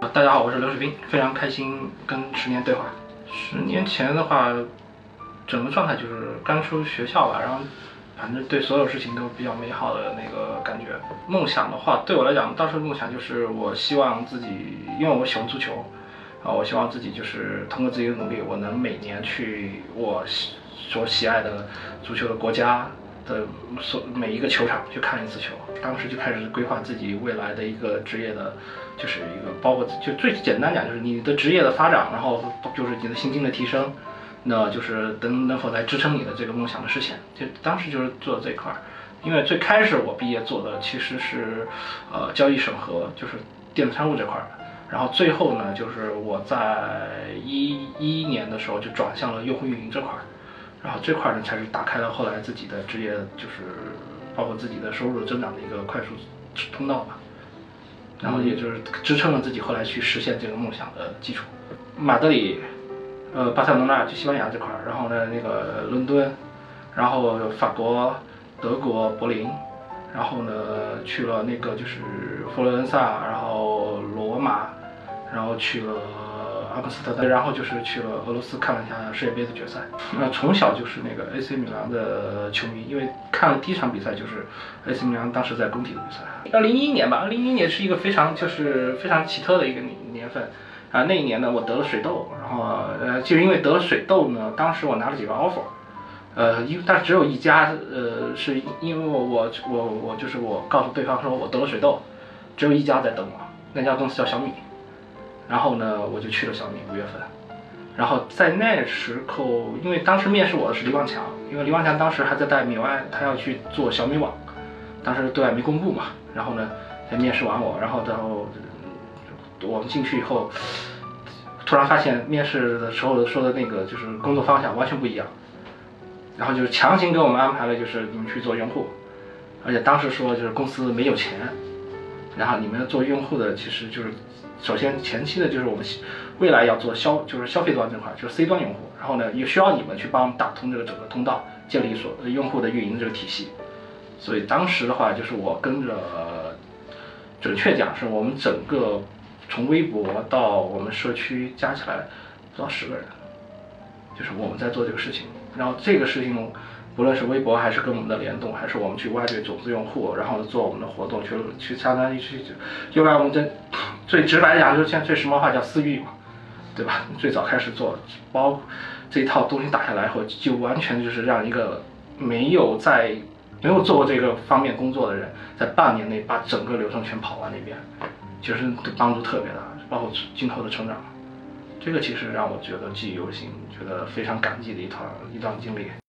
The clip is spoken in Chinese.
大家好，我是刘水兵，非常开心跟10年对话。10年前的话，整个状态就是刚出学校吧，然后反正对所有事情都比较美好的那个感觉。梦想的话，对我来讲，当时的梦想就是我希望自己，因为我喜欢足球，我希望自己就是通过自己的努力，我能每年去我所喜爱的足球的国家的每一个球场去看一次球。当时就开始规划自己未来的一个职业的，就是一个包括就最简单讲就是你的职业的发展，然后就是你的薪金的提升，那就是能否来支撑你的这个梦想的实现。就当时就是做这一块，因为最开始我毕业做的其实是交易审核，就是电子商务这块的。然后最后呢，就是我在11年的时候就转向了用户运营这块，然后这块呢才是打开了后来自己的职业，就是包括自己的收入增长的一个快速通道吧。然后也就是支撑了自己后来去实现这个梦想的基础。马德里，巴塞罗那就西班牙这块，然后呢那个伦敦，然后法国、德国柏林，然后呢去了那个就是佛罗伦萨，然后罗马，然后去了阿姆斯特丹，然后就是去了俄罗斯看了一下世界杯的决赛。从小就是那个 AC 米兰的球迷，因为看了第一场比赛就是 AC 米兰当时在工体的比赛。2011年吧，2011年是一个非常奇特的一个年份。那一年呢，我得了水痘，然后就是因为得了水痘呢，当时我拿了几个 offer，但只有一家，是因为我就是我告诉对方说我得了水痘，只有一家在等我，那家公司叫小米。然后呢，我就去了小米5月份。然后在那时候，因为当时面试我的是黎旺强，因为黎旺强当时还在带米安，他要去做小米网，当时对外没公布嘛。然后呢，才面试完我，然后我们进去以后，突然发现面试的时候说的那个就是工作方向完全不一样，然后就是强行给我们安排了就是你们去做用户，而且当时说就是公司没有钱，然后你们做用户的其实就是首先前期的就是我们未来要做就是消费端这块，就是 C 端用户，然后呢也需要你们去帮我们打通这个整个通道，建立用户的运营的这个体系。所以当时的话就是我跟着，准确讲是我们整个从微博到我们社区加起来不到10个人，就是我们在做这个事情。然后这个事情不论是微博还是跟我们的联动，还是我们去挖掘种子用户，然后做我们的活动，去相当于就让我们最直白讲，就是现在最时髦话叫私域嘛，对吧？最早开始做，包括这一套东西打下来后，就完全就是让一个没有做过这个方面工作的人，在半年内把整个流程全跑完一遍，其实帮助特别大，包括今后的成长。这个其实让我觉得记忆犹新，觉得非常感激的一段经历。